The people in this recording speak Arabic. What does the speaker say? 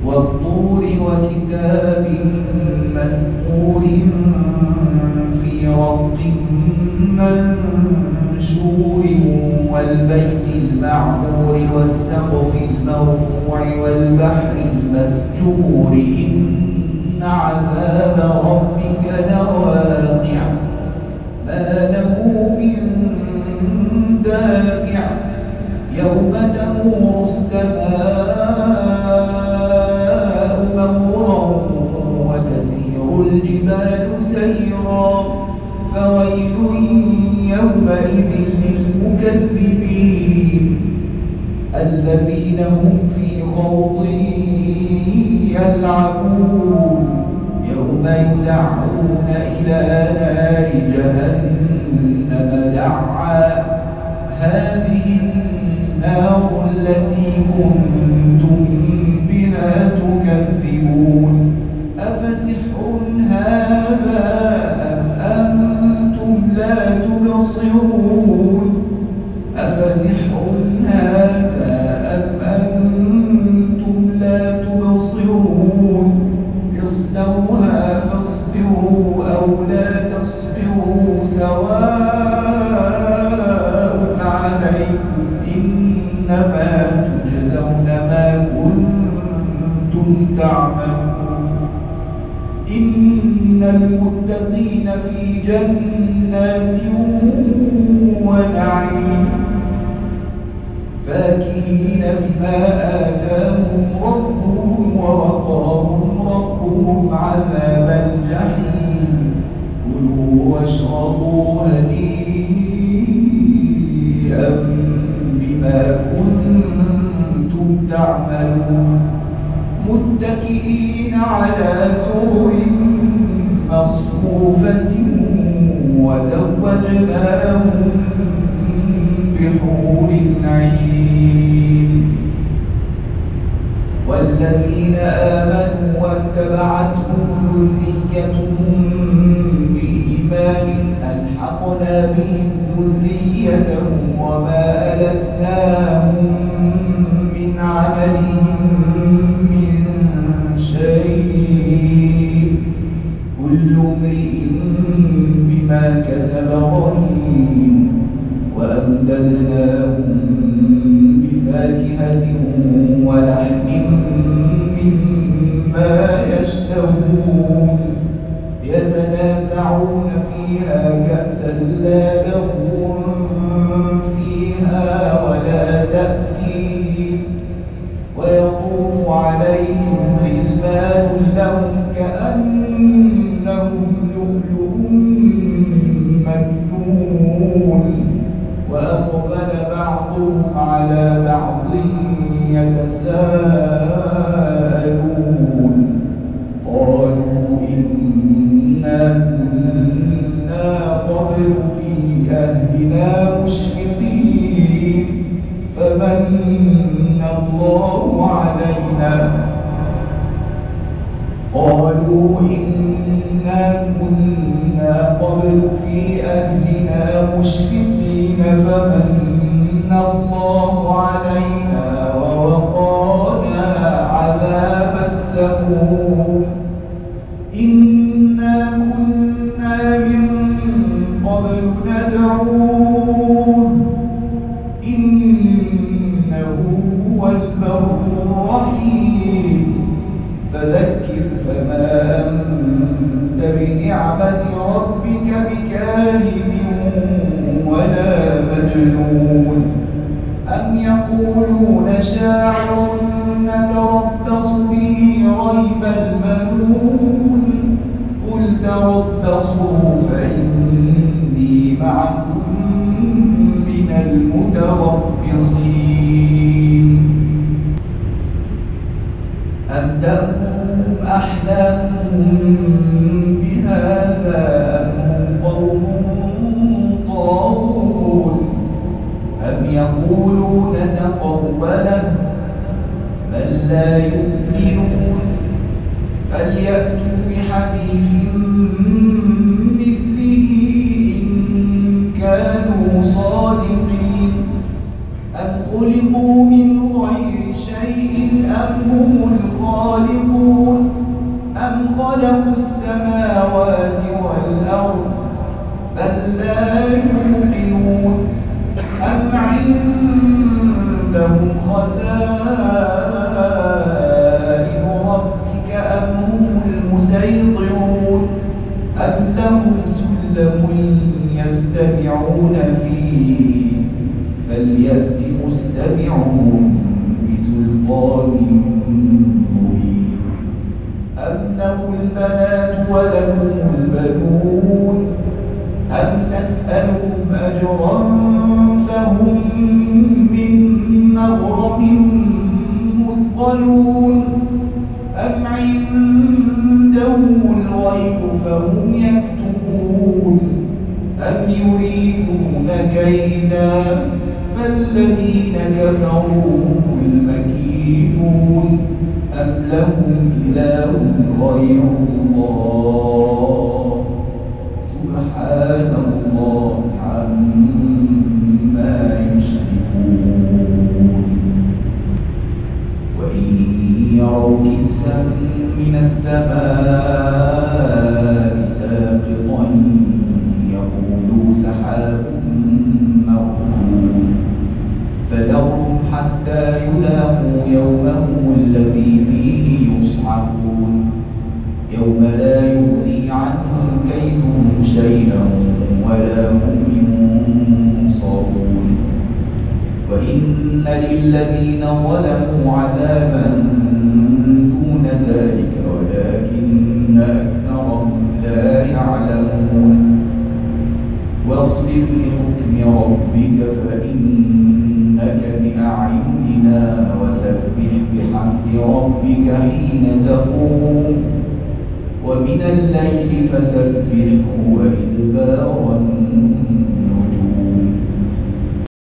والطور وكتاب مسطور في رق منشور والبيت المعمور والسقف المرفوع والبحر المسجور إن عذاب ربك لواقع ما له من دافع يوم تمور السماء مورا وتسير الجبال سيرا فويل يومئذ للمكذبين الذين هم في خوض يلعبون يوم يدعون إلى نار جهنم دعا هذه النار التي كنتم بها تكذبون أفسحر هذا أم أنتم لا تبصرون أفسحر هذا أم أنتم لا تبصرون اصلوها فاصبروا أو لا تصبروا سواء عليكم إنما تجزون ما كنتم تعملون إن المتقين في جنات ونعيم فاكهين بما آتاهم ربهم ووقاهم ربهم عذاب الجحيم كلوا واشربوا هنيئا بما كنتم تعملون متكئين على سرر مصفوفة وزوجناهم بحور عين والذين آمنوا واتبعتهم ذريتهم بإيمان ألحقنا بهم ذريتهم وما ألتناهم من عملهم من شيء كل امرئ بما كسب رهين وأمددناهم بفاكهة ولحم مما يشتهون يتنازعون فيها كأسا لا لغو فيها ولا تأثيم ويطوف عليهم غلمان لهم كأنهم لؤلؤ مكنون وأقبل بعضهم على بعض يتساءلون قالوا إنا كنا قبل في أهلنا مشفقين فمن الله علينا قالوا إنا كنا قبل في أهلنا مشفقين فمن الله علينا ووقانا عذاب السموم إنا كنا من قبل ندعوه إنه هو البر الرحيم فذكر فما أنت بنعمة ربك بكاهن ولا مجنون أم يقولون شاعر نتربص به ريب المنون قل تربصوا فإني معكم من المتربصين أم تأمرهم أحلامهم بهذا أم هم قوم طاغون أم يقولون تقوله بل لا يؤمنون فليأتوا بحديث مثله إن كانوا صادقين أم خلقوا من غير شيء أم هم الخالقون أجرا فهم من مغرم مثقلون أم عندهم الغيب فهم يكتبون أم يريدون كيدا فالذين كفروا هم المكيدون أم لهم إله غير الله سبحان الله عما يشركون وإن يروا كسفا من السماء ساقطا يقولوا سحاب مركوم فذرهم حتى يلاقوا يومهم الذي فيه يصعقون يوم لا يغني عنهم كيدهم شيئا ولا هم ينصرون وإن للذين ظلموا عذابا دون ذلك ولكن أكثرهم لا يعلمون واصبر لحكم ربك فإنك بأعيننا وسبح بحمد ربك حين تقوم ومن الليل فسبحه وإدبار